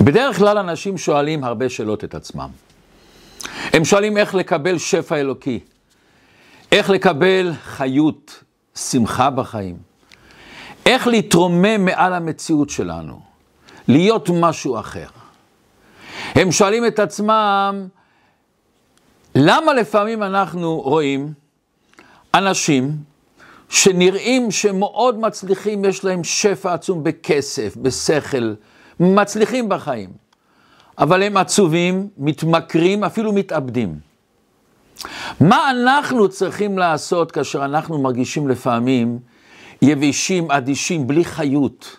בדרך כלל אנשים שואלים הרבה שאלות את עצמם. הם שואלים איך לקבל שפע אלוקי, איך לקבל חיות, שמחה בחיים, איך להתרומם מעל המציאות שלנו, להיות משהו אחר. הם שואלים את עצמם, למה לפעמים אנחנו רואים אנשים שנראים שמאוד מצליחים, יש להם שפע עצום בכסף, בשכל, מצליחים בחיים, אבל הם עצובים, מתמכרים, אפילו מתאבדים. מה אנחנו צריכים לעשות כאשר אנחנו מרגישים לפעמים יבשים, אדישים, בלי חיות?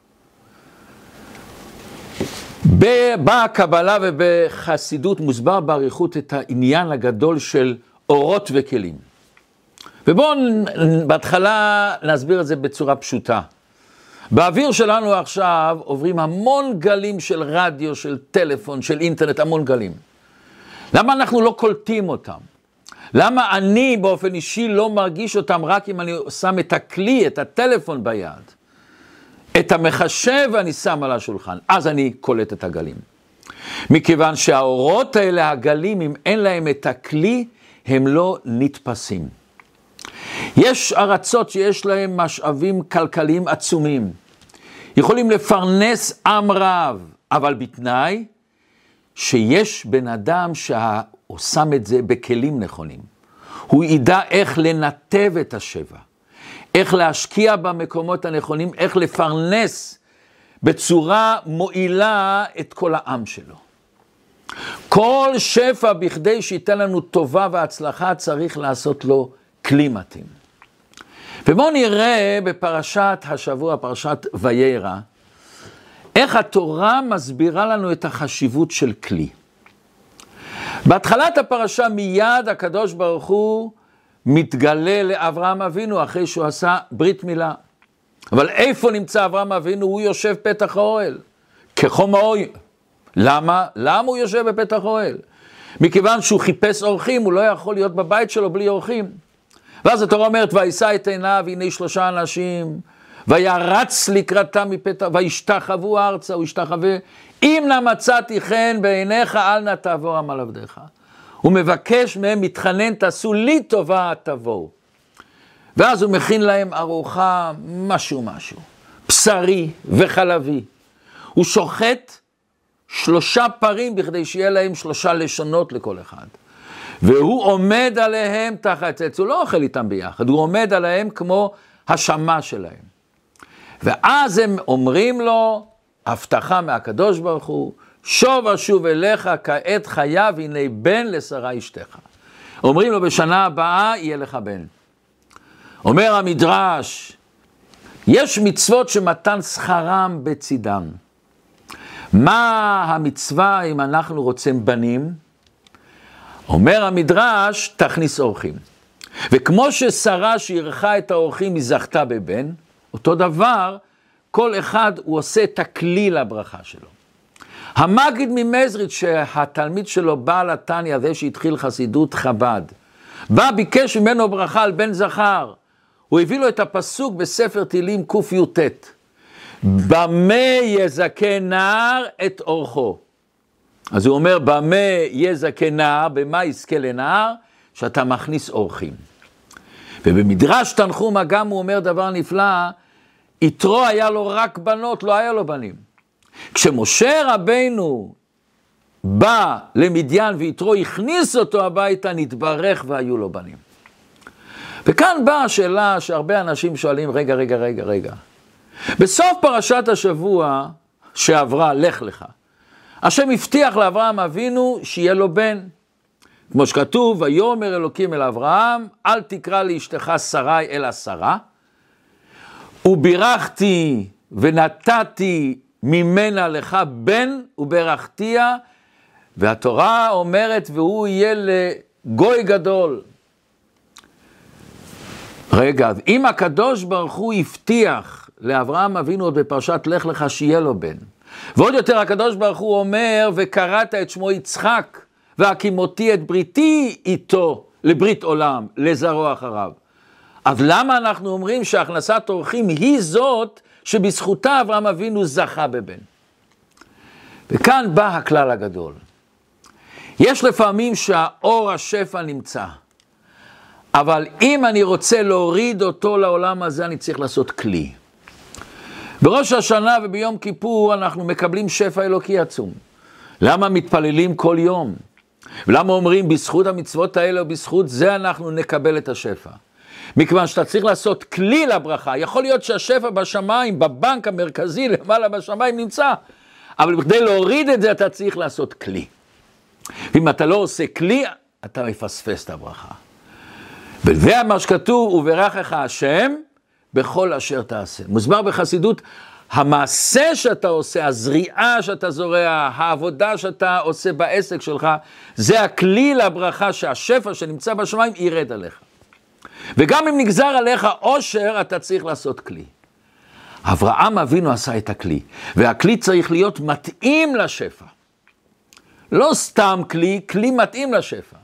בקבלה ובחסידות מוסבר בעריכות את העניין הגדול של אורות וכלים. ובואו בהתחלה נסביר את זה בצורה פשוטה. באוויר שלנו עכשיו עוברים המון גלים של רדיו, של טלפון, של אינטרנט, המון גלים. למה אנחנו לא קולטים אותם? למה אני באופן אישי לא מרגיש אותם רק אם אני שם את הכלי, את הטלפון ביד? את המחשב אני שם על השולחן, אז אני קולט את הגלים. מכיוון שהאורות האלה, הגלים, אם אין להם את הכלי, הם לא נתפסים. יש ארצות שיש להם משאבים כלכליים עצומים. יכולים לפרנס עם רב, אבל בתנאי שיש בן אדם שהוא שם את זה בכלים נכונים. הוא ידע איך לנתב את השפע, איך להשקיע במקומות הנכונים, איך לפרנס בצורה מועילה את כל העם שלו. כל שפע בכדי שייתן לנו טובה והצלחה צריך לעשות לו כלי מתאים. ובואו נראה בפרשת השבוע, פרשת וירא, איך התורה מסבירה לנו את החשיבות של כלי. בהתחלת הפרשה מיד הקדוש ברוך הוא מתגלה לאברהם אבינו אחרי שהוא עשה ברית מילה. אבל איפה נמצא אברהם אבינו? הוא יושב פתח האוהל, כחום האוהל. למה? למה הוא יושב בפתח האוהל? מכיוון שהוא חיפש אורחים, הוא לא יכול להיות בבית שלו בלי אורחים. ואז התורה אומרת, וישא את עיניו, הנה 3 אנשים, וירץ לקראתם מפתח, וישתחוו ארצה, הוא ישתחווה, אם נא מצאתי חן בעיניך, אל נא תעבור על עבדיך. הוא מבקש מהם, מתחנן, תעשו לי טובה, תבואו. ואז הוא מכין להם ארוחה, משהו, בשרי וחלבי. הוא שוחט 3 פרים בכדי שיהיה להם 3 לשונות לכל אחד. והוא עומד עליהם תחת עץ, הוא לא אוכל איתם ביחד, הוא עומד עליהם כמו השמה שלהם. ואז הם אומרים לו, הבטחה מהקדוש ברוך הוא, שוב אשוב אליך כעת חייב, הנה בן לשרה אשתך. אומרים לו, בשנה הבאה יהיה לך בן. אומר המדרש, יש מצוות שמתן שכרם בצידם. מה המצווה אם אנחנו רוצים בנים? אומר המדרש, תכניס אורחים. וכמו ששרה שערכה את האורחים היא זכתה בבן, אותו דבר, כל אחד הוא עושה את הכלי לברכה שלו. המגיד ממזריץ' שהתלמיד שלו בעל התניא, זה שהתחיל חסידות חב"ד, בא ביקש ממנו ברכה על בן זכר, הוא הביא לו את הפסוק בספר תהילים קי"ט, במה יזכה נער את אורחו. אז הוא אומר, במה יזכה נער, במה יזכה לנער, שאתה מכניס אורחים. ובמדרש תנחומא גם הוא אומר דבר נפלא, יתרו היה לו רק בנות, לא היה לו בנים. כשמשה רבינו בא למדיין ויתרו הכניס אותו הביתה, נתברך והיו לו בנים. וכאן באה השאלה שהרבה אנשים שואלים, רגע. בסוף פרשת השבוע שעברה, לך לך. השם הבטיח לאברהם אבינו שיהיה לו בן. כמו שכתוב, ויאמר אלוקים אל אברהם, אל תקרא לאשתך שרי אלא שרה, ובירכתי ונתתי ממנה לך בן, וברכתיה, והתורה אומרת, והוא יהיה לגוי גדול. רגע, אם הקדוש ברוך הוא הבטיח לאברהם אבינו עוד בפרשת לך לך שיהיה לו בן, ועוד יותר הקדוש ברוך הוא אומר, וקראת את שמו יצחק, והקימותי את בריתי איתו, לברית עולם, לזרוע אחריו. אז למה אנחנו אומרים שהכנסת אורחים היא זאת שבזכותה אברהם אבינו זכה בבן? וכאן בא הכלל הגדול. יש לפעמים שהאור השפע נמצא, אבל אם אני רוצה להוריד אותו לעולם הזה, אני צריך לעשות כלי. בראש השנה וביום כיפור אנחנו מקבלים שפע אלוקי עצום. למה מתפללים כל יום? ולמה אומרים בזכות המצוות האלה ובזכות זה אנחנו נקבל את השפע? מכיוון שאתה צריך לעשות כלי לברכה. יכול להיות שהשפע בשמיים, בבנק המרכזי למעלה בשמיים נמצא, אבל בכדי להוריד את זה אתה צריך לעשות כלי. ואם אתה לא עושה כלי, אתה מפספס את הברכה. וזה מה שכתוב, וברכך השם בכל אשר תעשה. מוסבר בחסידות, המעשה שאתה עושה, הזריעה שאתה זורע, העבודה שאתה עושה בעסק שלך, זה הכלי לברכה שהשפע שנמצא בשמיים ירד עליך. וגם אם נגזר עליך עושר, אתה צריך לעשות כלי. אברהם אבינו עשה את הכלי, והכלי צריך להיות מתאים לשפע. לא סתם כלי, כלי מתאים לשפע.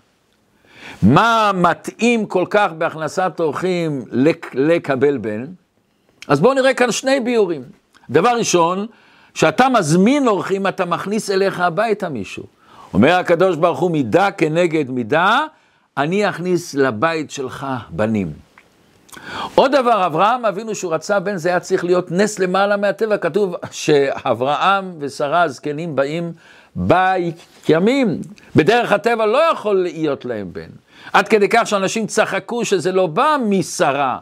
מה מתאים כל כך בהכנסת אורחים לקבל בן? אז בואו נראה כאן שני ביורים. דבר ראשון, שאתה מזמין אורחים, אתה מכניס אליך הביתה מישהו. אומר הקדוש ברוך הוא, מידה כנגד מידה, אני אכניס לבית שלך בנים. עוד דבר, אברהם אבינו שהוא רצה בן, זה היה צריך להיות נס למעלה מהטבע. כתוב שאברהם ושרה הזקנים באים בימים. בדרך הטבע לא יכול להיות להם בן. עד כדי כך שאנשים צחקו שזה לא בא משרה.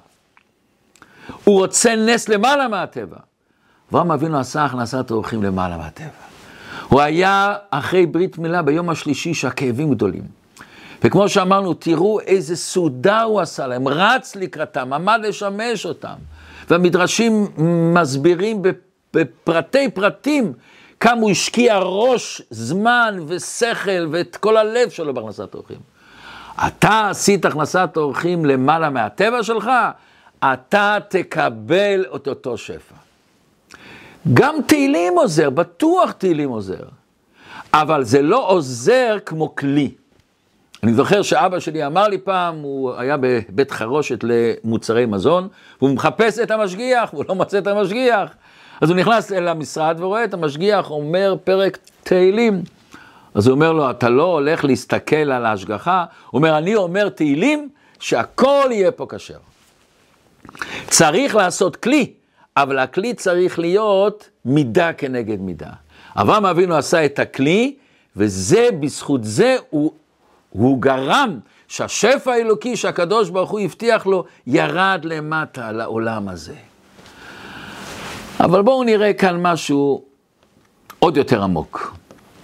הוא רוצה נס למעלה מהטבע. אברהם אבינו עשה הכנסת אורחים למעלה מהטבע. הוא היה אחרי ברית מילה ביום השלישי שהכאבים גדולים. וכמו שאמרנו, תראו איזה סעודה הוא עשה להם, רץ לקראתם, עמד לשמש אותם. והמדרשים מסבירים בפרטי פרטים כמה הוא השקיע ראש, זמן ושכל ואת כל הלב שלו בהכנסת אורחים. אתה עשית הכנסת אורחים למעלה מהטבע שלך, אתה תקבל את אותו שפע. גם תהילים עוזר, בטוח תהילים עוזר. אבל זה לא עוזר כמו כלי. אני זוכר שאבא שלי אמר לי פעם, הוא היה בבית חרושת למוצרי מזון, והוא מחפש את המשגיח, והוא לא מצא את המשגיח. אז הוא נכנס אל המשרד ורואה את המשגיח, אומר פרק תהילים. אז הוא אומר לו, אתה לא הולך להסתכל על ההשגחה? הוא אומר, אני אומר תהילים, שהכל יהיה פה כשר. צריך לעשות כלי, אבל הכלי צריך להיות מידה כנגד מידה. אברהם אבינו עשה את הכלי, וזה, בזכות זה, הוא גרם שהשפע האלוקי שהקדוש ברוך הוא הבטיח לו, ירד למטה לעולם הזה. אבל בואו נראה כאן משהו עוד יותר עמוק.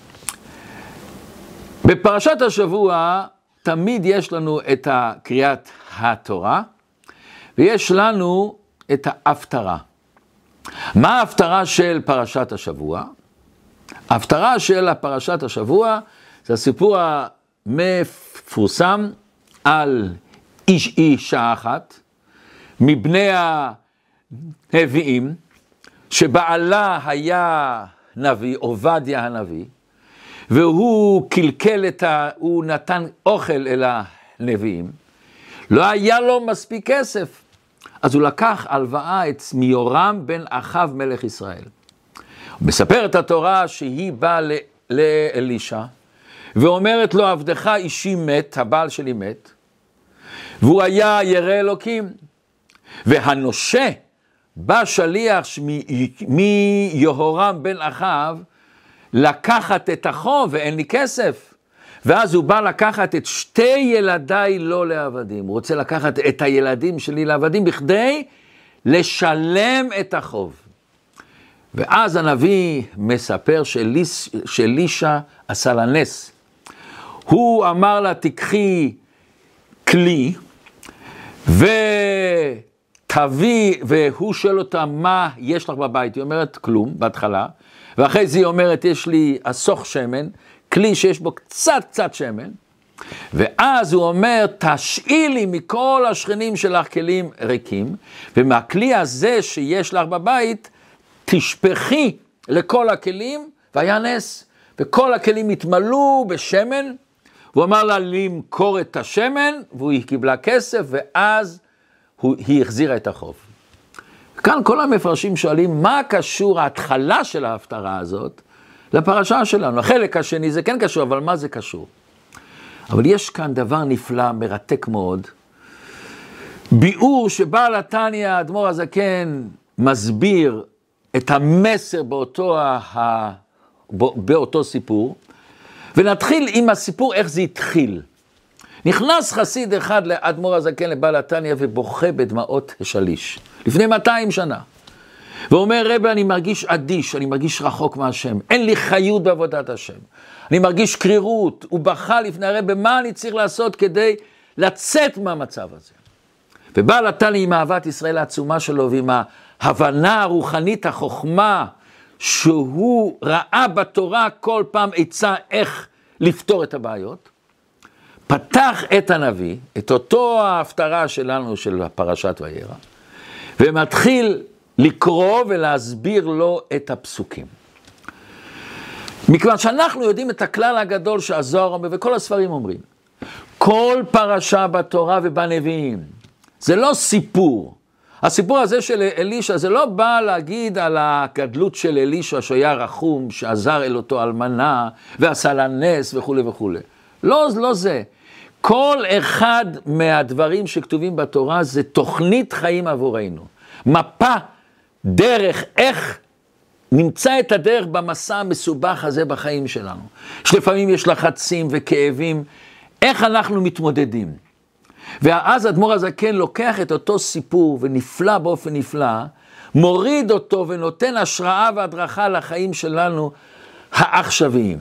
בפרשת השבוע תמיד יש לנו את קריאת התורה, ויש לנו את ההפטרה. מה ההפטרה של פרשת השבוע? ההפטרה של פרשת השבוע זה הסיפור המפורסם על אישה אחת מבני הנביאים, שבעלה היה נביא, עובדיה הנביא, והוא קלקל הוא נתן אוכל אל הנביאים, לא היה לו מספיק כסף, אז הוא לקח הלוואה מיורם בן אחאב מלך ישראל. מספר את התורה שהיא באה לאלישע, ואומרת לו, עבדך אישי מת, הבעל שלי מת, והוא היה ירא אלוקים, והנושה בא שליח מיהורם בן אחאב, לקחת את החוב ואין לי כסף. ואז הוא בא לקחת את שתי ילדיי לא לעבדים. הוא רוצה לקחת את הילדים שלי לעבדים בכדי לשלם את החוב. ואז הנביא מספר שאלישע עשה לה נס. הוא אמר לה, תקחי כלי ותביא, והוא שואל אותה, מה יש לך בבית? היא אומרת, כלום, בהתחלה. ואחרי זה היא אומרת, יש לי אסוך שמן, כלי שיש בו קצת שמן, ואז הוא אומר, תשאילי מכל השכנים שלך כלים ריקים, ומהכלי הזה שיש לך בבית, תשפכי לכל הכלים, והיה נס, וכל הכלים התמלאו בשמן, והוא אמר לה למכור את השמן, והיא קיבלה כסף, ואז היא החזירה את החוב. כאן כל המפרשים שואלים, מה קשור ההתחלה של ההפטרה הזאת לפרשה שלנו. החלק השני זה כן קשור, אבל מה זה קשור? אבל יש כאן דבר נפלא, מרתק מאוד, ביאור שבעל התניא, האדמו"ר הזקן, מסביר את המסר באותו סיפור, ונתחיל עם הסיפור איך זה התחיל. נכנס חסיד אחד לאדמו"ר הזקן לבעל התניא ובוכה בדמעות שליש, לפני 200 שנה. ואומר, רבי, אני מרגיש אדיש, אני מרגיש רחוק מהשם, אין לי חיות בעבודת השם, אני מרגיש קרירות. הוא בכה לפני הרבי, מה אני צריך לעשות כדי לצאת מהמצב הזה? ובעל התניא עם אהבת ישראל העצומה שלו, ועם ההבנה הרוחנית, החוכמה, שהוא ראה בתורה כל פעם עצה איך לפתור את הבעיות, פתח את הנביא, את אותו ההפטרה שלנו של פרשת וירא, ומתחיל לקרוא ולהסביר לו את הפסוקים. מכיוון שאנחנו יודעים את הכלל הגדול שהזוהר אומר, וכל הספרים אומרים, כל פרשה בתורה ובנביאים, זה לא סיפור. הסיפור הזה של אלישע, זה לא בא להגיד על הגדלות של אלישע, שהיה רחום, שעזר אל אותו אלמנה, ועשה לה נס וכו' וכו'. לא זה. כל אחד מהדברים שכתובים בתורה, זה תוכנית חיים עבורנו. מפה, דרך, איך נמצא את הדרך במסע המסובך הזה בחיים שלנו. שלפעמים יש לחצים וכאבים, איך אנחנו מתמודדים. ואז אדמו"ר הזקן לוקח את אותו סיפור ונפלא באופן נפלא, מוריד אותו ונותן השראה והדרכה לחיים שלנו העכשוויים.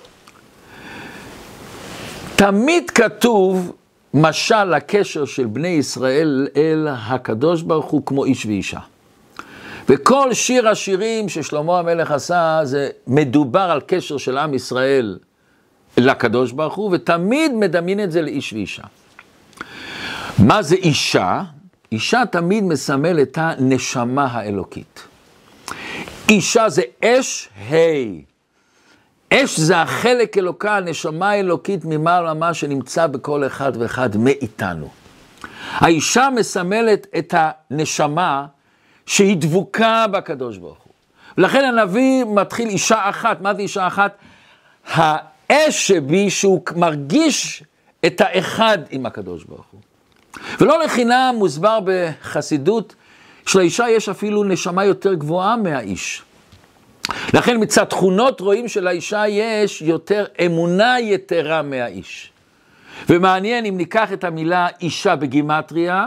תמיד כתוב משל לקשר של בני ישראל אל הקדוש ברוך הוא כמו איש ואישה. וכל שיר השירים ששלמה המלך עשה, זה מדובר על קשר של עם ישראל לקדוש ברוך הוא, ותמיד מדמיין את זה לאיש ואישה. מה זה אישה? אישה תמיד מסמל את הנשמה האלוקית. אישה זה אש, אש זה החלק אלוקה, הנשמה האלוקית ממעלה מה שנמצא בכל אחד ואחד מאיתנו. האישה מסמלת את הנשמה שהיא דבוקה בקדוש ברוך הוא. ולכן הנביא מתחיל אישה אחת. מה זה אישה אחת? האש שבי שהוא מרגיש את האחד עם הקדוש ברוך הוא. ולא לחינם מוסבר בחסידות שלאישה יש אפילו נשמה יותר גבוהה מהאיש. לכן מצד תכונות רואים שלאישה יש יותר אמונה יתרה מהאיש. ומעניין אם ניקח את המילה אישה בגימטריה,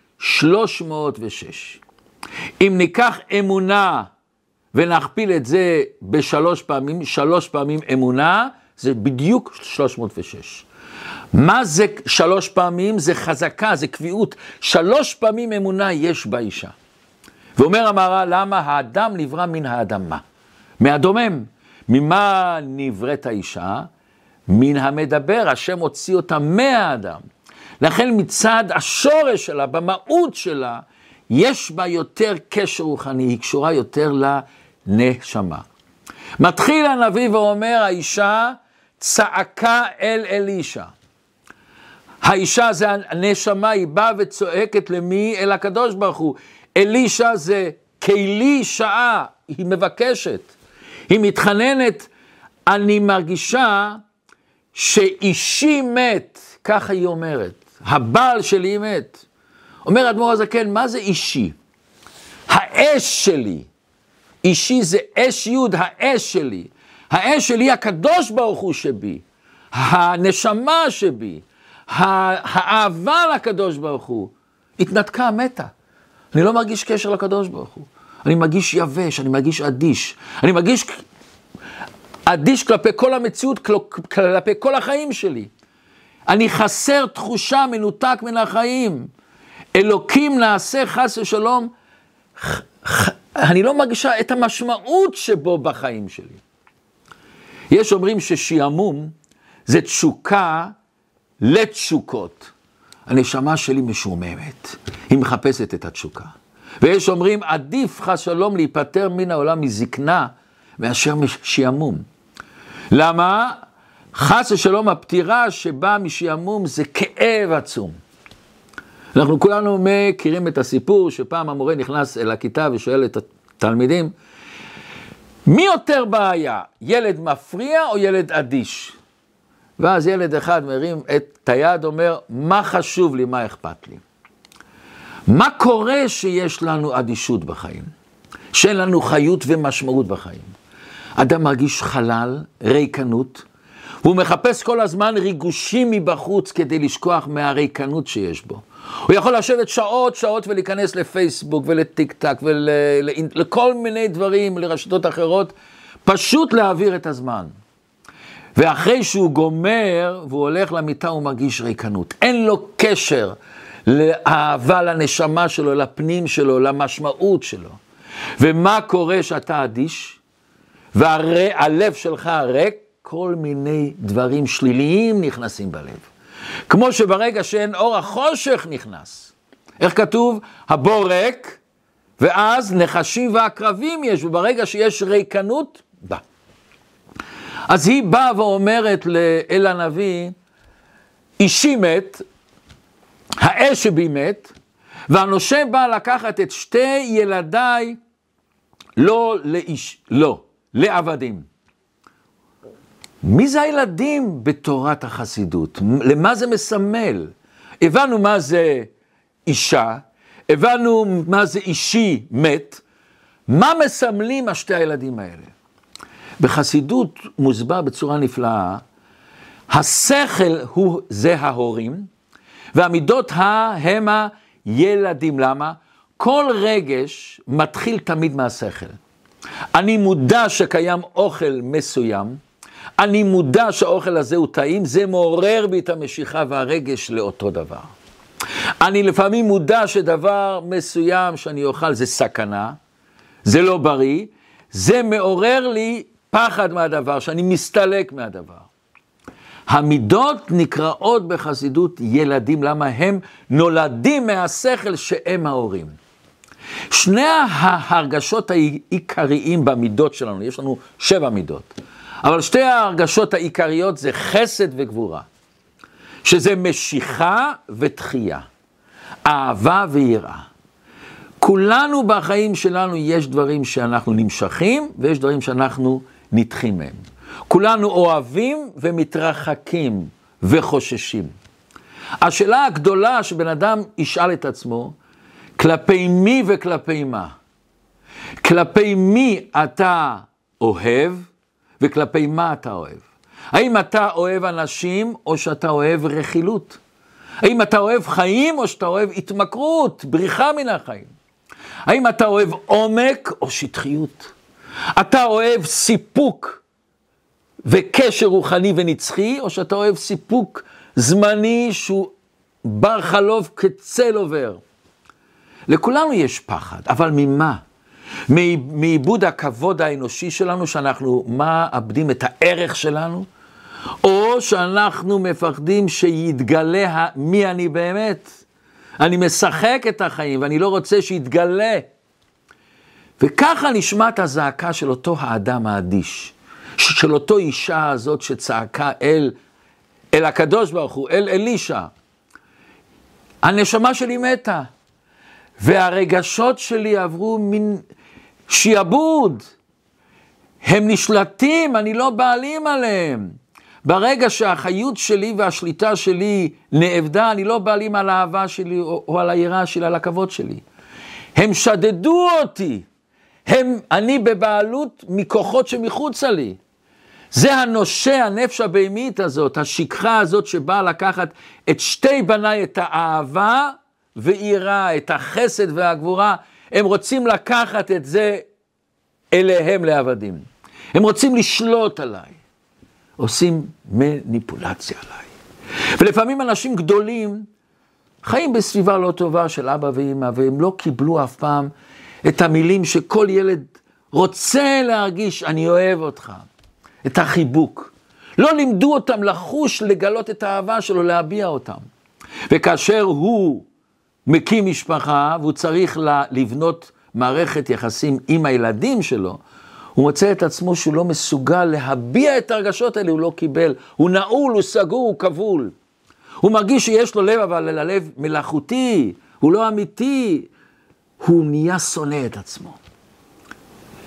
306. אם ניקח אמונה ונכפיל את זה בשלוש פעמים, 3 פעמים אמונה, זה בדיוק 306. מה זה 3 פעמים? זה חזקה, זה קביעות. 3 פעמים אמונה יש באישה. ואומר המהר"ל, למה? האדם נברא מן האדמה. מהדומם. ממה נבראת האישה? מן המדבר. השם הוציא אותה מהאדם. לכן מצד השורש שלה, במהות שלה, יש בה יותר קשר רוחני, היא קשורה יותר לנשמה. מתחיל הנביא ואומר, האישה צעקה אל אלישע. האישה זה הנשמה, היא באה וצועקת למי? אל הקדוש ברוך הוא. אלישע זה כלי שעה, היא מבקשת, היא מתחננת, אני מרגישה שאישי מת, ככה היא אומרת, הבעל שלי מת. אומר אדמו"ר הזקן, מה זה אישי? האש שלי. אישי זה אש יוד, האש שלי. האש שלי, הקדוש ברוך הוא שבי. הנשמה שבי. האהבה לקדוש ברוך הוא. התנתקה, מתה. אני לא מרגיש קשר לקדוש ברוך הוא. אני מרגיש יבש, אני מרגיש אדיש. אני מרגיש אדיש כלפי כל המציאות, כלפי כל החיים שלי. אני חסר תחושה, מנותק מן החיים. אלוקים נעשה חס ושלום, אני לא מרגישה את המשמעות שבו בחיים שלי. יש אומרים ששיעמום זה תשוקה לתשוקות. הנשמה שלי משוממת, היא מחפשת את התשוקה. ויש אומרים, עדיף חס שלום להיפטר מן העולם מזקנה מאשר שיעמום. למה? חס ושלום הפטירה שבאה משיעמום זה כאב עצום. אנחנו כולנו מכירים את הסיפור שפעם המורה נכנס אל הכיתה ושואל את התלמידים, מי יותר בעיה? ילד מפריע או ילד אדיש? ואז ילד אחד מרים את היד, אומר, מה חשוב לי, מה אכפת לי? מה קורה שיש לנו אדישות בחיים? שאין לנו חיות ומשמעות בחיים. אדם מרגיש חלל, ריקנות, והוא מחפש כל הזמן ריגושים מבחוץ כדי לשכוח מהריקנות שיש בו. הוא יכול לשבת שעות ולהיכנס לפייסבוק ולטיק טק ולכל מיני דברים, לרשתות אחרות, פשוט להעביר את הזמן. ואחרי שהוא גומר והוא הולך למיטה הוא מרגיש ריקנות. אין לו קשר לאהבה לנשמה שלו, לפנים שלו, למשמעות שלו. ומה קורה שאתה אדיש והלב שלך ריק? כל מיני דברים שליליים נכנסים בלב. כמו שברגע שאין אור החושך נכנס. איך כתוב? הבור ריק, ואז נחשים ועקרבים יש, וברגע שיש ריקנות, בא. אז היא באה ואומרת אל הנביא, אישי מת, האש בי מת, והנושה בא לקחת את שתי ילדיי, לא, לעבדים. מי זה הילדים בתורת החסידות? למה זה מסמל? הבנו מה זה אישה, הבנו מה זה אישי מת, מה מסמלים השתי הילדים האלה? בחסידות מוסבר בצורה נפלאה, השכל זה ההורים, והמידות הם הילדים. למה? כל רגש מתחיל תמיד מהשכל. אני מודע שקיים אוכל מסוים, אני מודע שהאוכל הזה הוא טעים, זה מעורר בי את המשיכה והרגש לאותו דבר. אני לפעמים מודע שדבר מסוים שאני אוכל זה סכנה, זה לא בריא, זה מעורר לי פחד מהדבר, שאני מסתלק מהדבר. המידות נקראות בחסידות ילדים, למה הם נולדים מהשכל שהם ההורים. שני ההרגשות העיקריים במידות שלנו, יש לנו 7 מידות, אבל שתי ההרגשות העיקריות זה חסד וגבורה, שזה משיכה ותחייה, אהבה ויראה. כולנו בחיים שלנו יש דברים שאנחנו נמשכים, ויש דברים שאנחנו נדחים מהם. כולנו אוהבים ומתרחקים וחוששים. השאלה הגדולה שבן אדם ישאל את עצמו, כלפי מי וכלפי מה? כלפי מי אתה אוהב וכלפי מה אתה אוהב? האם אתה אוהב אנשים או שאתה אוהב רכילות? האם אתה אוהב חיים או שאתה אוהב התמכרות, בריחה מן החיים? האם אתה אוהב עומק או שטחיות? אתה אוהב סיפוק וקשר רוחני ונצחי, או שאתה אוהב סיפוק זמני שהוא בר חלוף כצל עובר? לכולנו יש פחד, אבל ממה? מאיבוד הכבוד האנושי שלנו, שאנחנו מאבדים את הערך שלנו, או שאנחנו מפחדים שיתגלה מי אני באמת. אני משחק את החיים ואני לא רוצה שיתגלה. וככה נשמעת הזעקה של אותו האדם האדיש, של אותו אישה הזאת שצעקה אל הקדוש ברוך הוא, אל אלישע. הנשמה שלי מתה, והרגשות שלי עברו מין שיעבוד. הם נשלטים, אני לא בעלים עליהם. ברגע שהחיות שלי והשליטה שלי נאבדה, אני לא בעלים על האהבה שלי או על היראה שלי, על הכבוד שלי. הם שדדו אותי. אני בבעלות מכוחות שמחוצה לי. זה הנושה, הנפש הבהמית הזאת, השכחה הזאת שבאה לקחת את שתי בניי, את האהבה ויראה, את החסד והגבורה. הם רוצים לקחת את זה אליהם לעבדים. הם רוצים לשלוט עליי. עושים מניפולציה עליי. ולפעמים אנשים גדולים חיים בסביבה לא טובה של אבא ואמא, והם לא קיבלו אף פעם את המילים שכל ילד רוצה להרגיש, אני אוהב אותך, את החיבוק. לא לימדו אותם לחוש, לגלות את האהבה שלו, להביע אותם. וכאשר הוא מקים משפחה, והוא צריך לבנות מערכת יחסים עם הילדים שלו, הוא מוצא את עצמו שהוא לא מסוגל להביע את הרגשות האלה, הוא לא קיבל, הוא נעול, הוא סגור, הוא כבול. הוא מרגיש שיש לו לב, אבל הלב מלאכותי, הוא לא אמיתי, הוא נהיה שונא את עצמו.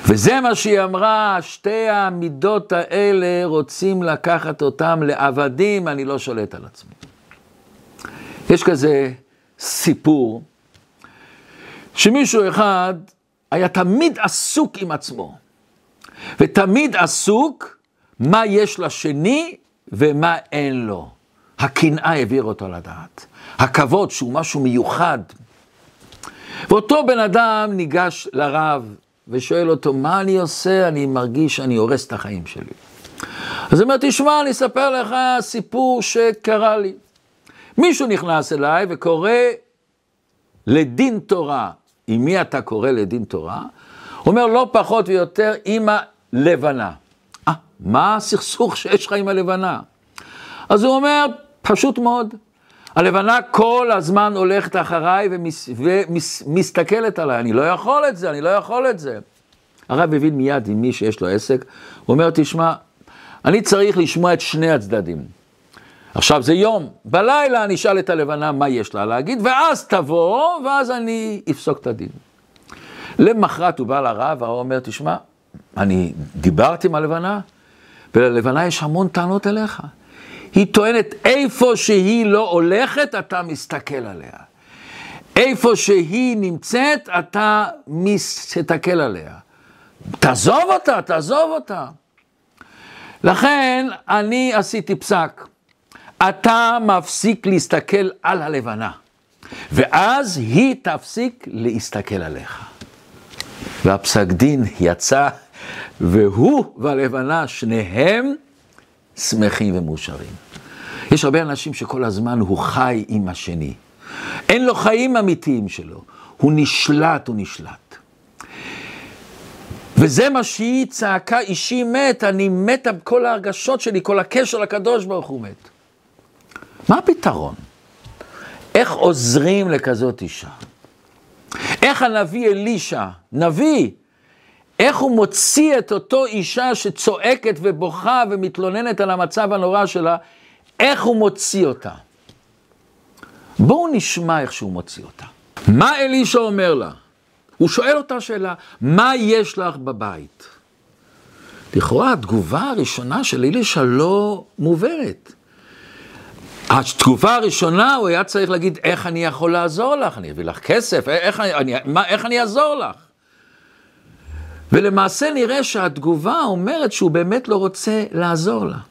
וזה מה שהיא אמרה, שתי המידות האלה רוצים לקחת אותם לעבדים, אני לא שולט על עצמי. יש כזה סיפור, שמישהו אחד היה תמיד עסוק עם עצמו, ותמיד עסוק מה יש לשני ומה אין לו. הקנאה העביר אותו לדעת, הכבוד שהוא משהו מיוחד. ואותו בן אדם ניגש לרב ושואל אותו, מה אני עושה? אני מרגיש שאני הורס את החיים שלי. אז הוא אומר, תשמע, אני אספר לך סיפור שקרה לי. מישהו נכנס אליי וקורא לדין תורה. עם מי אתה קורא לדין תורה? הוא אומר, לא פחות ויותר, עם הלבנה. מה הסכסוך שיש לך עם הלבנה? אז הוא אומר, פשוט מאוד, הלבנה כל הזמן הולכת אחריי ומסתכלת עליי, אני לא יכול את זה, אני לא יכול את זה. הרב הבין מיד עם מי שיש לו עסק, הוא אומר, תשמע, אני צריך לשמוע את שני הצדדים. עכשיו זה יום, בלילה אני אשאל את הלבנה מה יש לה להגיד, ואז תבוא, ואז אני אפסוק את הדין. למחרת הוא בא לרב, והוא אומר, תשמע, אני דיברתי עם הלבנה, וללבנה יש המון טענות אליך. היא טוענת, איפה שהיא לא הולכת, אתה מסתכל עליה. איפה שהיא נמצאת, אתה מסתכל עליה. תעזוב אותה, תעזוב אותה. לכן אני עשיתי פסק. אתה מפסיק להסתכל על הלבנה, ואז היא תפסיק להסתכל עליך. והפסק דין יצא, והוא והלבנה שניהם שמחים ומאושרים. יש הרבה אנשים שכל הזמן הוא חי עם השני. אין לו חיים אמיתיים שלו. הוא נשלט, הוא נשלט. וזה מה שהיא צעקה, אישי מת, אני מתה בכל ההרגשות שלי, כל הקשר לקדוש ברוך הוא מת. מה הפתרון? איך עוזרים לכזאת אישה? איך הנביא אלישע, נביא, איך הוא מוציא את אותו אישה שצועקת ובוכה ומתלוננת על המצב הנורא שלה, איך הוא מוציא אותה? בואו נשמע איך שהוא מוציא אותה. מה אלישע אומר לה? הוא שואל אותה שאלה, מה יש לך בבית? לכאורה התגובה הראשונה של אלישע לא מובנת. התגובה הראשונה הוא היה צריך להגיד, איך אני יכול לעזור לך? אני אביא לך כסף, איך אני אעזור לך? ולמעשה נראה שהתגובה אומרת שהוא באמת לא רוצה לעזור לה.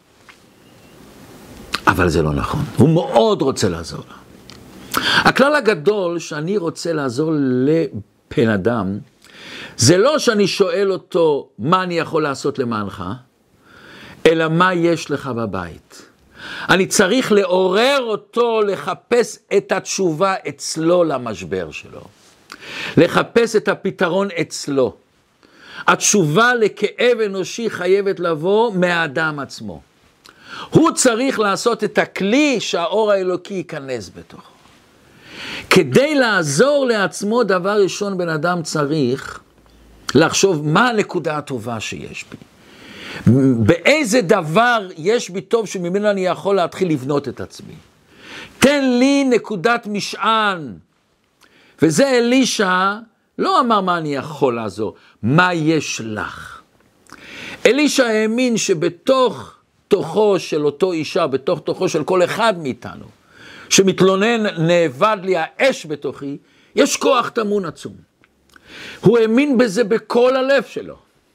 אבל זה לא נכון, הוא מאוד רוצה לעזור לה. הכלל הגדול שאני רוצה לעזור לבן אדם, זה לא שאני שואל אותו מה אני יכול לעשות למענך, אלא מה יש לך בבית. אני צריך לעורר אותו לחפש את התשובה אצלו למשבר שלו. לחפש את הפתרון אצלו. התשובה לכאב אנושי חייבת לבוא מהאדם עצמו. הוא צריך לעשות את הכלי שהאור האלוקי ייכנס בתוכו. כדי לעזור לעצמו, דבר ראשון בן אדם צריך לחשוב מה הנקודה הטובה שיש בי. באיזה דבר יש בי טוב שממנו אני יכול להתחיל לבנות את עצמי. תן לי נקודת משען. וזה אלישע לא אמר מה אני יכול לעזור, מה יש לך. אלישע האמין שבתוך תוכו של אותו אישה, בתוך תוכו של כל אחד מאיתנו, שמתלונן נאבד לי האש בתוכי, יש כוח תמון עצום. הוא האמין בזה בכל הלב שלו.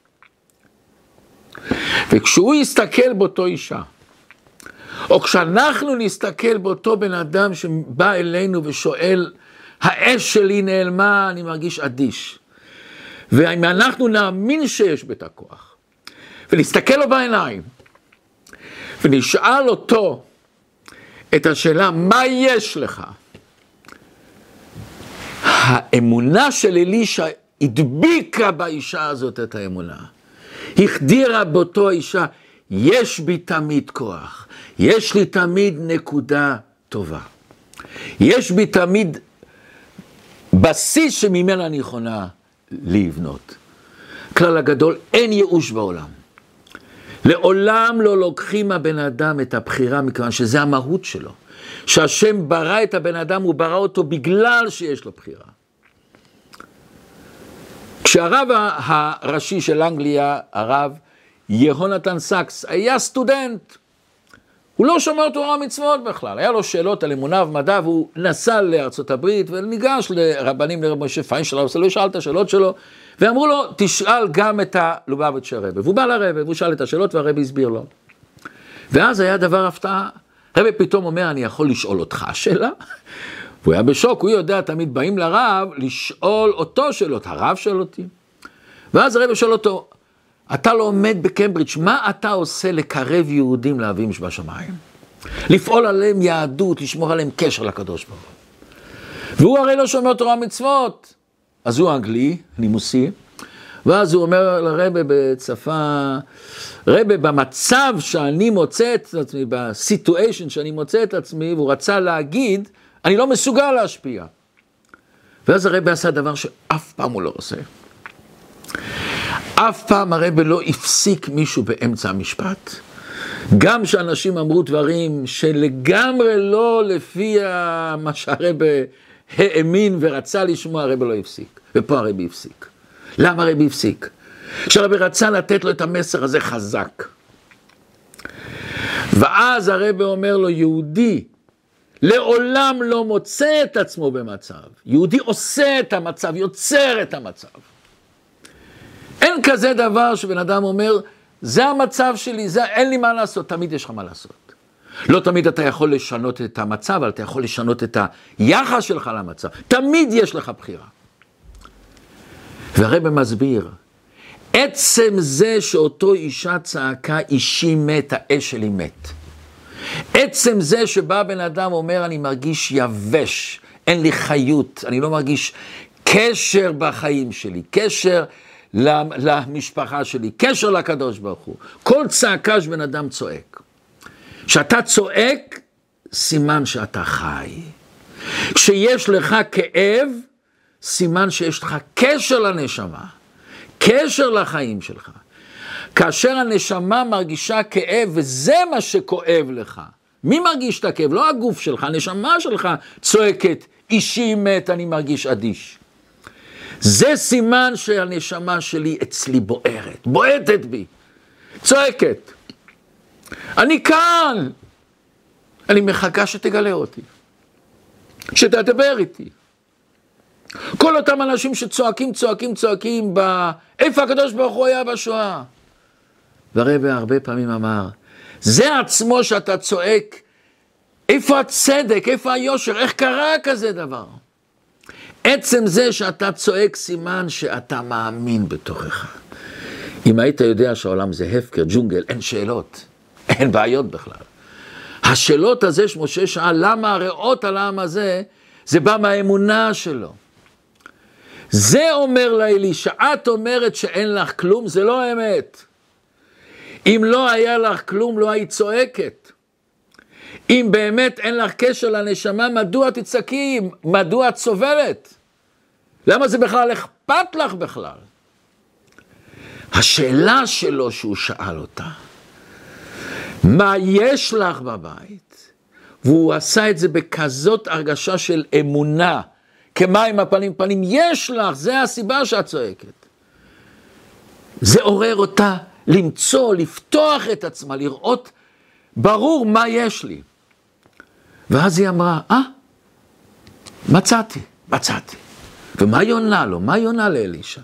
וכשהוא יסתכל באותו אישה, או כשאנחנו נסתכל באותו בן אדם שבא אלינו ושואל, האש שלי נעלמה, אני מרגיש אדיש. ואם אנחנו נאמין שיש בת הכוח, ונסתכל לו בעיניים, ונשאל אותו את השאלה, מה יש לך? האמונה של אלישע הדביקה באישה הזאת את האמונה. החדירה באותו האישה, יש בי תמיד כוח, יש לי תמיד נקודה טובה. יש בי תמיד בסיס שממנה אני יכולה לבנות. כלל הגדול, אין ייאוש בעולם. לעולם לא לוקחים מהבן אדם את הבחירה, מכיוון שזה המהות שלו. שהשם ברא את הבן אדם, הוא ברא אותו בגלל שיש לו בחירה. כשהרב הראשי של אנגליה, הרב יהונתן סאקס, היה סטודנט, הוא לא שומר תורה ומצוות בכלל, היה לו שאלות על אמונה ומדע, והוא נסע לארצות הברית, וניגש לרבנים, לרב משה פיינשטיין, הוא שאל את השאלות שלו, ואמרו לו, תשאל גם את הלובביץ' הרבי. והוא בא לרבי, והוא שאל את השאלות, והרבי הסביר לו. ואז היה דבר הפתעה, הרבי פתאום אומר, אני יכול לשאול אותך שאלה? והוא היה בשוק, הוא יודע, תמיד באים לרב, לשאול אותו שאלות, הרב שואל אותי. ואז הרבי שואל אותו, אתה לומד בקמברידג', מה אתה עושה לקרב יהודים לאביהם שבשמיים? לפעול עליהם יהדות, לשמור עליהם קשר לקדוש ברוך הוא. והוא הרי לא שומר תורה ומצוות. אז הוא אנגלי, נימוסי, ואז הוא אומר לרבי בצפה, רבי, במצב שאני מוצא את עצמי, בסיטואשן שאני מוצא את עצמי, והוא רצה להגיד, אני לא מסוגל להשפיע. ואז הרבי עשה דבר שאף פעם הוא לא עושה. אף פעם הרבי לא הפסיק מישהו באמצע המשפט. גם שאנשים אמרו דברים שלגמרי לא לפי מה שהרבי האמין ורצה לשמוע, הרבי לא הפסיק. ופה הרבי הפסיק. למה הרבי הפסיק? שהרבי רצה לתת לו את המסר הזה חזק. ואז הרבי אומר לו, יהודי לעולם לא מוצא את עצמו במצב. יהודי עושה את המצב, יוצר את המצב. אין כזה דבר שבן אדם אומר, זה המצב שלי, אין לי מה לעשות, תמיד יש לך מה לעשות. לא תמיד אתה יכול לשנות את המצב, אבל אתה יכול לשנות את היחס שלך למצב. תמיד יש לך בחירה. והרבי מסביר, עצם זה שאותו אישה צעקה, אישי מת, האש שלי מת. עצם זה שבא בן אדם אומר, אני מרגיש יבש, אין לי חיות, אני לא מרגיש קשר בחיים שלי, קשר למשפחה שלי, קשר לקדוש ברוך הוא. כל צעקה שבן אדם צועק. כשאתה צועק, סימן שאתה חי. כשיש לך כאב, סימן שיש לך קשר לנשמה, קשר לחיים שלך. כאשר הנשמה מרגישה כאב, וזה מה שכואב לך. מי מרגיש את הכאב? לא הגוף שלך, הנשמה שלך צועקת, אישי מת, אני מרגיש אדיש. זה סימן שהנשמה שלי אצלי בוערת, בועטת בי, צועקת. אני כאן, אני מחכה שתגלה אותי, שתדבר איתי. כל אותם אנשים שצועקים, איפה הקדוש ברוך הוא היה בשואה? והרבי הרבה פעמים אמר, זה עצמו שאתה צועק, איפה הצדק, איפה היושר, איך קרה כזה דבר? עצם זה שאתה צועק סימן שאתה מאמין בתוכך. אם היית יודע שהעולם זה הפקר, ג'ונגל, אין שאלות, אין בעיות בכלל. השאלות הזה שמשה שאל, למה הריאות על העם הזה, זה בא מהאמונה שלו. זה אומר לאלישע, את אומרת שאין לך כלום, זה לא האמת. אם לא היה לך כלום, לא היית צועקת. אם באמת אין לך קשר לנשמה, מדוע תצעקי? מדוע את סובלת? למה זה בכלל אכפת לך בכלל? השאלה שלו שהוא שאל אותה, מה יש לך בבית? והוא עשה את זה בכזאת הרגשה של אמונה, כמים הפנים פנים, יש לך, זה הסיבה שאת צועקת. זה עורר אותה למצוא, לפתוח את עצמה, לראות ברור מה יש לי. ואז היא אמרה, מצאתי. ומה היא עונה לו? מה היא עונה לאלישע?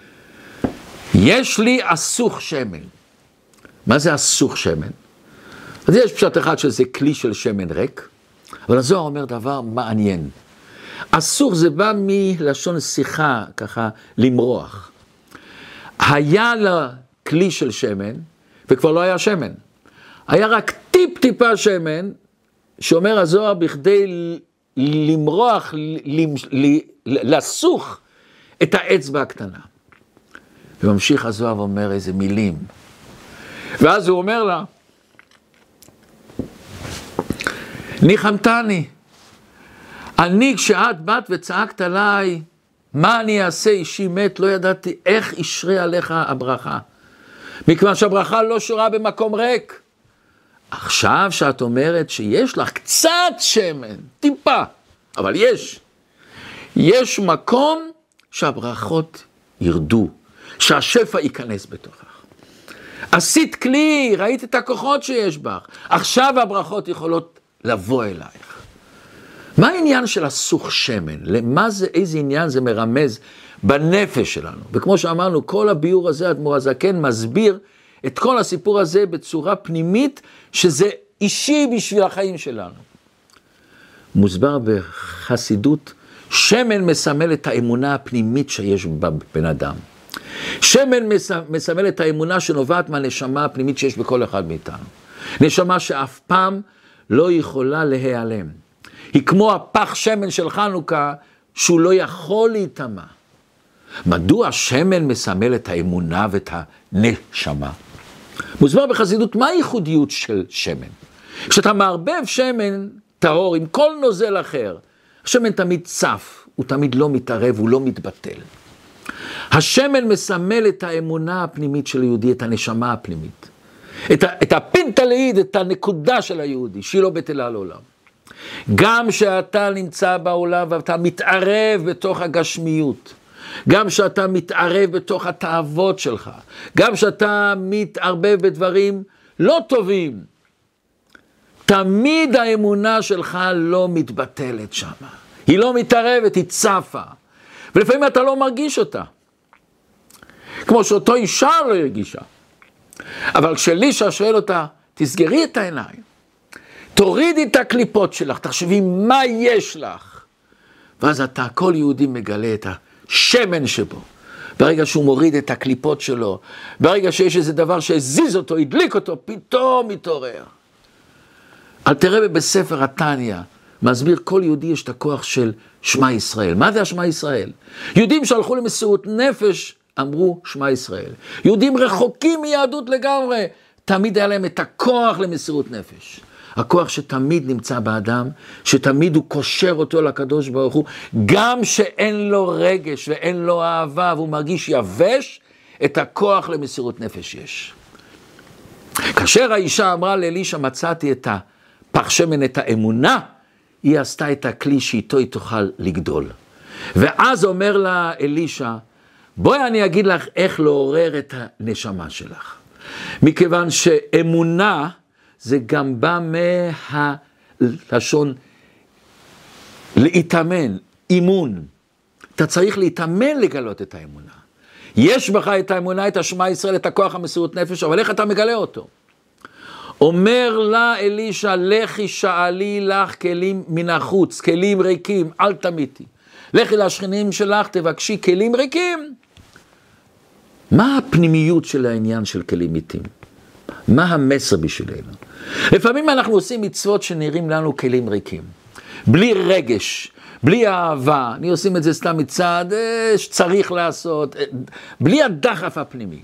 יש לי אסוך שמן. מה זה אסוך שמן? אז יש פשט אחד שזה כלי של שמן ריק, אבל הזוהר אומר דבר מעניין. אסוך זה בא מלשון שיחה, ככה למרוח. היה לה כלי של שמן, וכבר לא היה שמן. היה רק טיפה שמן, שאומר הזוהר בכדי למרוח, לסוך את האצבע הקטנה. וממשיך הזוהר ואומר איזה מילים. ואז הוא אומר לה, ניחמתני, אני כשאת באת וצעקת עליי, מה אני אעשה אישי מת, לא ידעתי איך ישרה עליך הברכה. מכיוון שהברכה לא שורה במקום ריק. עכשיו שאת אומרת שיש לך קצת שמן, טיפה, אבל יש מקום שהברכות ירדו, שהשפע ייכנס בתוכך. עשית כלי, ראית את הכוחות שיש בך, עכשיו הברכות יכולות לבוא אלייך. מה העניין של הסוך שמן? למה זה, איזה עניין זה מרמז בנפש שלנו? וכמו שאמרנו, כל הביאור הזה, אדמו"ר הזקן מסביר את כל הסיפור הזה בצורה פנימית, שזה אישי בשביל החיים שלנו. מוסבר בחסידות, שמן מסמל את האמונה הפנימית שיש בבן אדם. שמן מסמל את האמונה שנובעת מהנשמה הפנימית שיש בכל אחד מאיתנו. נשמה שאף פעם לא יכולה להיעלם. היא כמו הפח שמן של חנוכה, שהוא לא יכול להיטמע. מדוע שמן מסמל את האמונה ואת הנשמה? מוסבר בחסידות, מה הייחודיות של שמן? כשאתה מערבב שמן טהור עם כל נוזל אחר, השמן תמיד צף, הוא תמיד לא מתערב, הוא לא מתבטל. השמן מסמל את האמונה הפנימית של היהודי, את הנשמה הפנימית. את הפינטלאיד, את הנקודה של היהודי, שהיא לא בטלה לעולם. גם שאתה נמצא בעולם ואתה מתערב בתוך הגשמיות, גם שאתה מתערב בתוך התאוות שלך, גם שאתה מתערבב בדברים לא טובים, תמיד האמונה שלך לא מתבטלת שם. היא לא מתערבת, היא צפה. ולפעמים אתה לא מרגיש אותה. כמו שאותו אישה לא הרגישה. אבל כשאלישע שואל אותה, תסגרי את העיניים, תורידי את הקליפות שלך, תחשבי מה יש לך. ואז אתה, כל יהודי מגלה את השמן שבו. ברגע שהוא מוריד את הקליפות שלו, ברגע שיש איזה דבר שהזיז אותו, הדליק אותו, פתאום מתעורר. אל תראה בספר התניא, מסביר כל יהודי יש את הכוח של שמע ישראל. מה זה השמע ישראל? יהודים שהלכו למסירות נפש, אמרו שמע ישראל. יהודים רחוקים מיהדות לגמרי, תמיד היה להם את הכוח למסירות נפש. הכוח שתמיד נמצא באדם, שתמיד הוא קושר אותו לקדוש ברוך הוא, גם שאין לו רגש ואין לו אהבה, והוא מרגיש יבש, את הכוח למסירות נפש יש. כאשר האישה אמרה לאלישע, מצאתי את הפח שמן, את האמונה, היא עשתה את הכלי שאיתו היא תוכל לגדול. ואז אומר לה אלישע, בואי אני אגיד לך איך לעורר את הנשמה שלך. מכיוון שאמונה זה גם בא מהלשון להתאמן, אימון. אתה צריך להתאמן לגלות את האמונה. יש בך את האמונה, את השמע ישראל, את הכוח המסירות נפש, אבל איך אתה מגלה אותו? אומר לה אלישע, לכי שאלי לך כלים מן החוץ, כלים ריקים, אל תמיתי. לכי לשכנים שלך, תבקשי כלים ריקים. מה הפנימיות של העניין של כלים מתים? מה המסר בשבילנו? לפעמים אנחנו עושים מצוות שנראים לנו כלים ריקים. בלי רגש, בלי אהבה, אני עושים את זה סתם מצד שצריך לעשות, בלי הדחף הפנימי.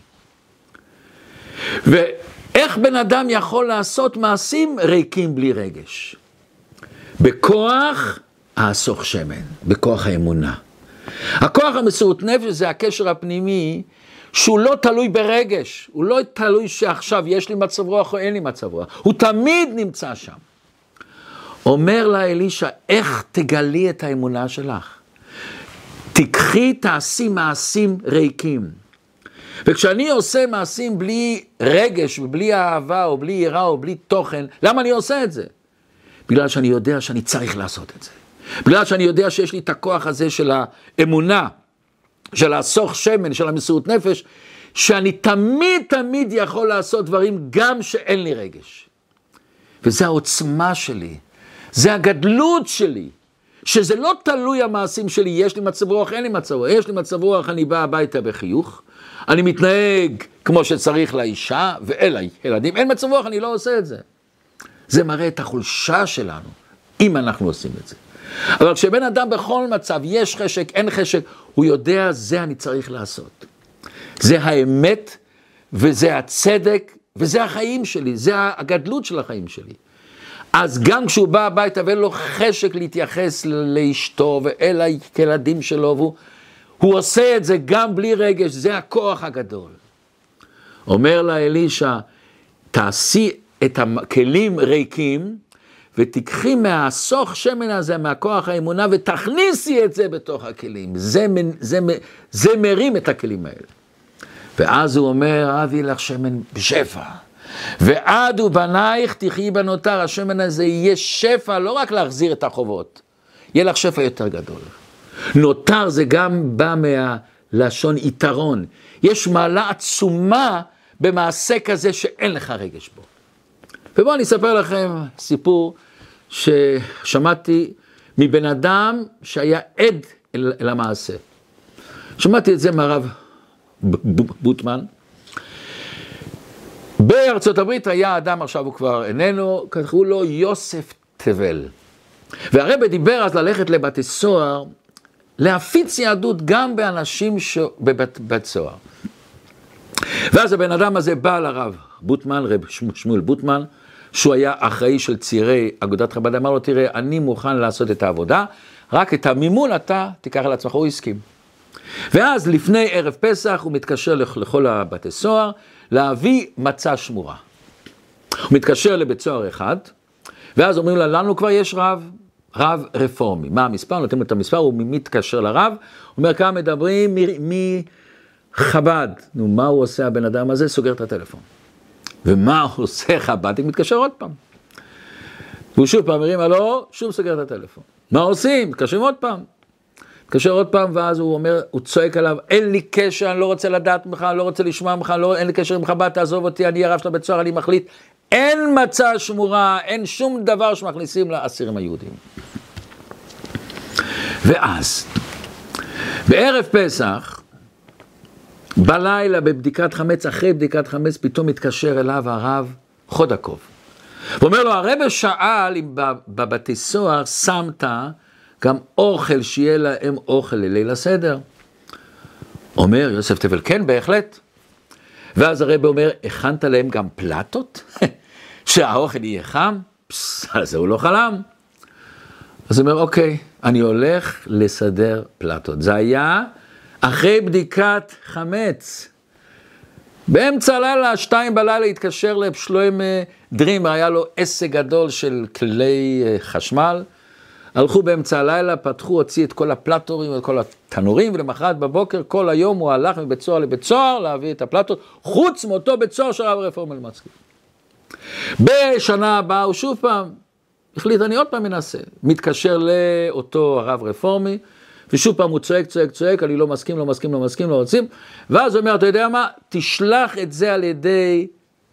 ואיך בן אדם יכול לעשות מעשים ריקים בלי רגש? בכוח הסוך שמן, בכוח האמונה. הכוח המסירות נפש זה הקשר הפנימי, שהוא לא תלוי ברגש, הוא לא תלוי שעכשיו יש לי מצב רוח או אין לי מצב רוח, הוא תמיד נמצא שם. אומר לה אלישע, איך תגלי את האמונה שלך? תקחי, תעשי מעשים ריקים. וכשאני עושה מעשים בלי רגש, ובלי אהבה, או בלי יראה, או בלי תוכן, למה אני עושה את זה? בגלל שאני יודע שאני צריך לעשות את זה. בגלל שאני יודע שיש לי את הכוח הזה של האמונה, של הסוך שמן, של המסירות נפש, שאני תמיד יכול לעשות דברים גם שאין לי רגש. וזה העוצמה שלי, זה הגדלות שלי, שזה לא תלוי המעשים שלי, יש לי מצב רוח, אין לי מצב רוח, יש לי מצב רוח, אני בא הביתה בחיוך, אני מתנהג כמו שצריך לאישה, ואליי, ילדים, אין מצב רוח, אני לא עושה את זה. זה מראה את החולשה שלנו, אם אנחנו עושים את זה. אבל כשבן אדם בכל מצב, יש חשק, אין חשק, הוא יודע, זה אני צריך לעשות. זה האמת, וזה הצדק, וזה החיים שלי, זה הגדלות של החיים שלי. אז גם כשהוא בא הביתה ואין לו חשק להתייחס לאשתו ואל הילדים שלו, הוא עושה את זה גם בלי רגש, זה הכוח הגדול. אומר לה אלישע, תעשי את הכלים ריקים, ותקחי מהסוך שמן הזה, מהכוח האמונה, ותכניסי את זה בתוך הכלים. זה מרים את הכלים האלה. ואז הוא אומר, אבי לך שמן בשפע. ועד ובנייך תחיי בנותר, השמן הזה יהיה שפע, לא רק להחזיר את החובות, יהיה לך שפע יותר גדול. נותר זה גם בא מהלשון יתרון. יש מעלה עצומה במעשה כזה שאין לך רגש בו. ובואו אני אספר לכם סיפור ששמעתי מבן אדם שהיה עד אל המעשה. שמעתי את זה מהרב בוטמן. בארצות הברית היה אדם, עכשיו הוא כבר איננו, קראו לו יוסף תבל. והרבא דיבר אז ללכת לבתי סוהר, להפיץ יהדות גם באנשים בבית סוהר. ואז הבן אדם הזה בא לרב בוטמן, רב שמואל בוטמן, שהוא היה אחראי של צעירי אגודת חב"ד, אמר לו, תראה, אני מוכן לעשות את העבודה, רק את המימון אתה תיקח על עצמך, הוא הסכים. ואז לפני ערב פסח הוא מתקשר לכל הבתי סוהר, להביא מצה שמורה. הוא מתקשר לבית סוהר אחד, ואז אומרים לה, לנו כבר יש רב רפורמי. מה המספר? נותנים לו את המספר, הוא מתקשר לרב, הוא אומר, כמה מדברים מחב"ד. נו, מה הוא עושה הבן אדם הזה? סוגר את הטלפון. ומה הוא עושה חב"ד? הוא מתקשר עוד פעם. והוא שוב פעם מרים, הלא, שוב סוגר את הטלפון. מה עושים? מתקשרים עוד פעם. מתקשר עוד פעם, ואז הוא אומר, הוא צועק עליו, אין לי קשר, אני לא רוצה לדעת ממך, אני לא רוצה לשמוע ממך, אין לי קשר עם חב"ד, תעזוב אותי, אני הרב של הבית סוהר, אני מחליט. אין מצה שמורה, אין שום דבר שמכניסים לאסירים היהודים. ואז, בערב פסח, בלילה בבדיקת חמץ, אחרי בדיקת חמץ, פתאום מתקשר אליו הרב חודקוב. הוא אומר לו, הרב שאל אם בבתי סוהר שמת גם אוכל, שיהיה להם אוכל לליל הסדר. אומר יוסף תבל, כן, בהחלט. ואז הרב אומר, הכנת להם גם פלטות? שהאוכל יהיה חם? על זה הוא לא חלם. אז הוא אומר, אוקיי, אני הולך לסדר פלטות. זה היה אחרי בדיקת חמץ. באמצע הלילה, 2 בלילה, התקשר לשלוים דרימר, היה לו עסק גדול של כלי חשמל. הלכו באמצע הלילה, פתחו, הוציא את כל הפלטורים ואת כל התנורים, ולמחרת בבוקר, כל היום הוא הלך מבית סוהר לבית סוהר, להביא את הפלטות, חוץ מאותו בית סוהר של הרב רפורמי למצקי. בשנה הבאה הוא שוב פעם, החליט, אני עוד פעם מנסה, מתקשר לאותו הרב רפורמי, ושוב פעם הוא צועק, אני לא מסכים, לא רוצים, ואז הוא אומר, אתה יודע מה, תשלח את זה על ידי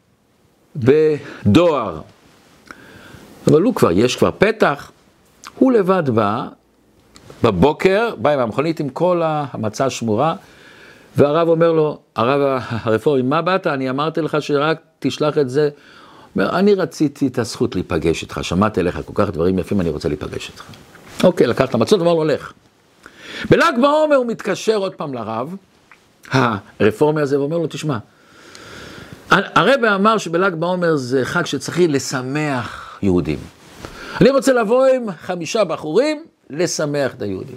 בדואר. אבל יש כבר פתח, הוא לבד בא, בבוקר, בא עם המכונית עם כל המצה שמורה, והרב אומר לו, הרב הרפורמי, מה באת? אני אמרתי לך שרק תשלח את זה. אומר, אני רציתי את הזכות להיפגש איתך, שמעתי לך כל כך דברים יפים, אני רוצה להיפגש איתך. אוקיי, לקח את המצות, אמר לו, הולך. בל"ג בעומר הוא מתקשר עוד פעם לרב, הרפורמי הזה, ואומר לו, תשמע, הרב אמר שבל"ג בעומר זה חג שצריך לשמח יהודים. אני רוצה לבוא עם 5 בחורים, לשמח את היהודים.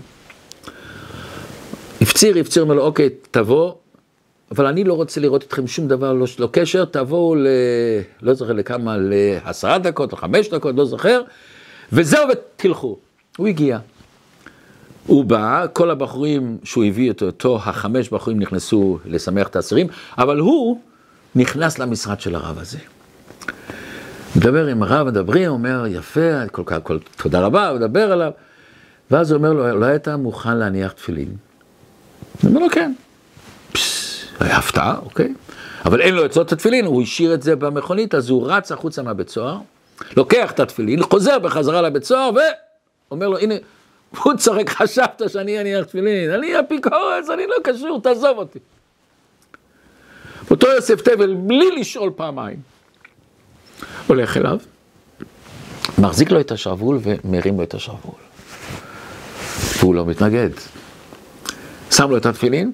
הפציר, אומר לו, אוקיי, תבוא, אבל אני לא רוצה לראות אתכם שום דבר, לא קשר, תבואו לא זוכר לכמה, 10 דקות או 5 דקות, לא זוכר, וזהו ותלכו. הוא הגיע. הוא בא, כל הבחורים שהוא הביא אותו, 5 בחורים נכנסו לשמח את האסירים, אבל הוא נכנס למשרד של הרב הזה. מדבר עם הרב, מדברים, אומר, יפה, תודה רבה, מדבר עליו, ואז הוא אומר לו, לא היית מוכן להניח תפילין? הוא אומר לו, כן. היה הפתעה, אוקיי. אבל אין לו את התפילין, הוא השאיר את זה במכונית, אז הוא רץ החוצה מהבית סוהר, לוקח את התפילין, חוזר בחזרה לבית סוהר, ואומר לו, הנה, הוא צוחק, חשבת שאני אניח תפילין, אני אפיקורס, אני לא קשור, תעזוב אותי. אותו יוסף תבל, בלי לשאול פעמיים, הולך אליו, מחזיק לו את השרוול ומרים לו את השרוול. והוא לא מתנגד. שם לו את התפילין,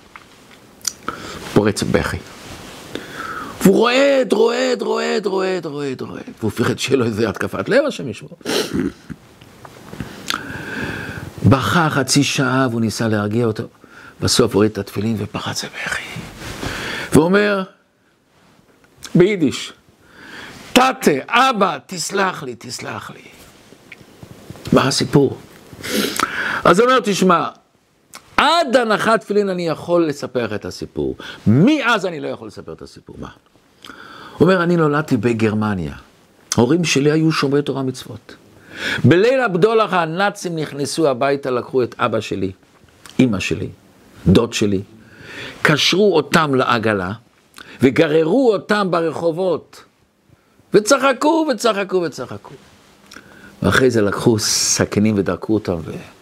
פורץ בכי. והוא רועד. והוא פחד שיהיה לו איזה התקפת לב, השם ישמור. בכה חצי שעה והוא ניסה להרגיע אותו. בסוף הוריד את התפילין ופחץ בכי. והוא אומר, ביידיש, תה תתה, אבא, תסלח לי, תסלח לי. מה הסיפור? אז הוא אומר, תשמע, עד הנחת תפילין אני יכול לספר את הסיפור. מאז אני לא יכול לספר את הסיפור. מה? הוא אומר, אני נולדתי בגרמניה. ההורים שלי היו שומרי תורה מצוות. בליל הבדולח הנאצים נכנסו הביתה, לקחו את אבא שלי, אמא שלי, דוד שלי, קשרו אותם לעגלה, וגררו אותם ברחובות, וצחקו וצחקו וצחקו. ואחרי זה לקחו סכינים ודרקו אותם,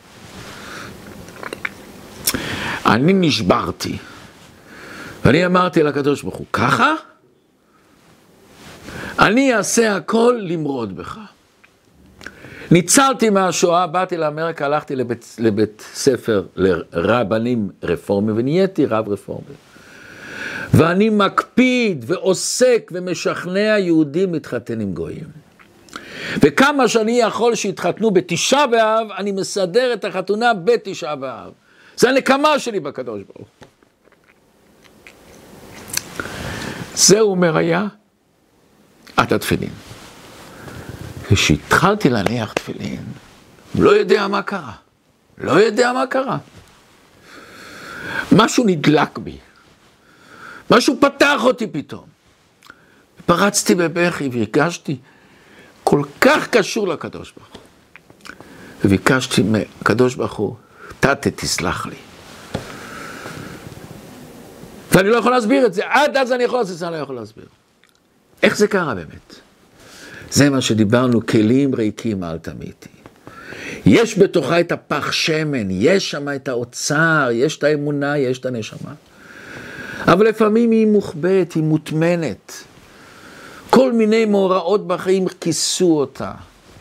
אני נשברתי, ואני אמרתי לקדוש ברוך הוא, ככה? אני אעשה הכל למרוד בך. ניצלתי מהשואה, באתי לאמריקה, הלכתי לבית ספר לרבנים רפורמי, ונהייתי רב רפורמי. ואני מקפיד ועוסק ומשכנע יהודים להתחתן עם גויים. וכמה שאני יכול שיתחתנו בתשעה באב, אני מסדר את החתונה בתשעה באב. זה הנקמה שלי בקדוש ברוך הוא. זהו אומר היה עד התפילין. כשהתחלתי להניח תפילין, לא יודע מה קרה. לא יודע מה קרה. משהו נדלק בי. משהו פתח אותי פתאום. פרצתי בבכי והרגשתי כל כך קשור לקדוש ברוך הוא. וביקשתי מהקדוש ברוך הוא, תתה, תסלח לי. ואני לא יכול להסביר את זה. עד אז אני יכול לעשות את זה, אני לא יכול להסביר. איך זה קרה באמת? זה מה שדיברנו, כלים ריקים אל תמיתי. יש בתוכה את הפח שמן, יש שם את האוצר, יש את האמונה, יש את הנשמה. אבל לפעמים היא מוחבאת, היא מוטמנת. כל מיני מאורעות בחיים כיסו אותה.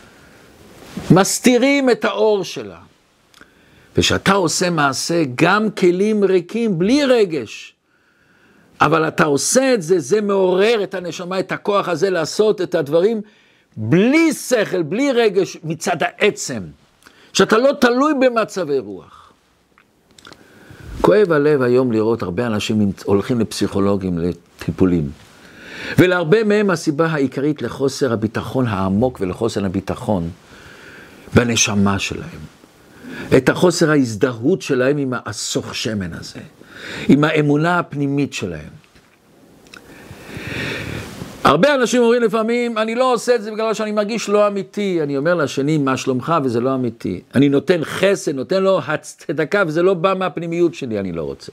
מסתירים את האור שלה. ושאתה עושה מעשה, גם כלים ריקים, בלי רגש. אבל אתה עושה את זה, זה מעורר את הנשמה, את הכוח הזה לעשות את הדברים בלי שכל, בלי רגש, מצד העצם. שאתה לא תלוי במצבי רוח. כואב הלב היום לראות הרבה אנשים הולכים לפסיכולוגים, לטיפולים. ולהרבה מהם הסיבה העיקרית לחוסר הביטחון העמוק ולחוסר הביטחון בנשמה שלהם. את החוסר ההזדהות שלהם עם הסוך שמן הזה. עם האמונה הפנימית שלהם. הרבה אנשים אומרים לפעמים, אני לא עושה את זה בגלל שאני מרגיש לא אמיתי. אני אומר לשני, מה שלומך? וזה לא אמיתי. אני נותן חסד, נותן לו הצדקה, וזה לא בא מהפנימיות שלי, אני לא רוצה.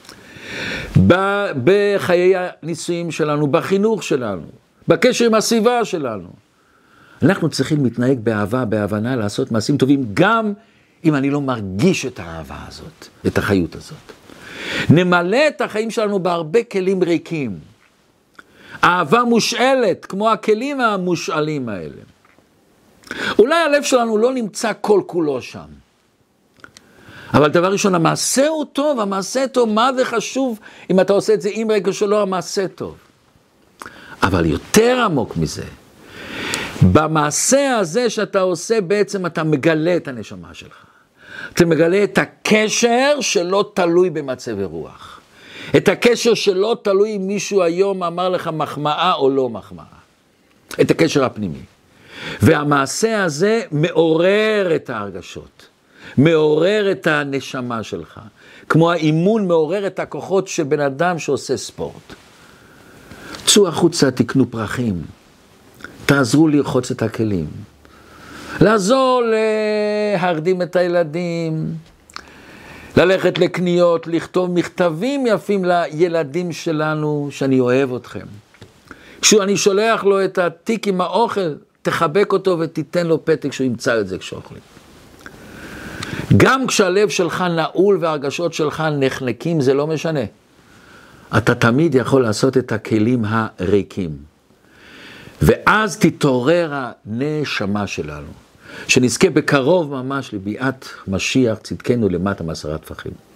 בחיי הנישואים שלנו, בחינוך שלנו, בקשר עם הסביבה שלנו. אנחנו צריכים להתנהג באהבה, בהבנה, לעשות מעשים טובים, גם אם אני לא מרגיש את האהבה הזאת, את החיות הזאת. נמלא את החיים שלנו בהרבה כלים ריקים. אהבה מושאלת, כמו הכלים המושאלים האלה. אולי הלב שלנו לא נמצא כל כולו שם. אבל דבר ראשון, המעשה הוא טוב, המעשה טוב, מה זה חשוב אם אתה עושה את זה עם רגע שלו, המעשה טוב. אבל יותר עמוק מזה, במעשה הזה שאתה עושה, בעצם אתה מגלה את הנשמה שלך. אתה מגלה את הקשר שלא תלוי במצב רוח. את הקשר שלא תלוי אם מישהו היום אמר לך מחמאה או לא מחמאה. את הקשר הפנימי. והמעשה הזה מעורר את ההרגשות. מעורר את הנשמה שלך. כמו האימון מעורר את הכוחות של בן אדם שעושה ספורט. צאו החוצה, תקנו פרחים. תעזרו לרחוץ את הכלים. לעזור להרדים את הילדים. ללכת לקניות, לכתוב מכתבים יפים לילדים שלנו, שאני אוהב אתכם. כשאני שולח לו את התיק עם האוכל, תחבק אותו ותיתן לו פתק שהוא ימצא את זה כשאוכלים. גם כשהלב שלך נעול והרגשות שלך נחנקים, זה לא משנה. אתה תמיד יכול לעשות את הכלים הריקים. ואז תתעורר הנשמה שלנו. שנזכה בקרוב ממש לביאת משיח צדקנו למטה מעשרה טפחים.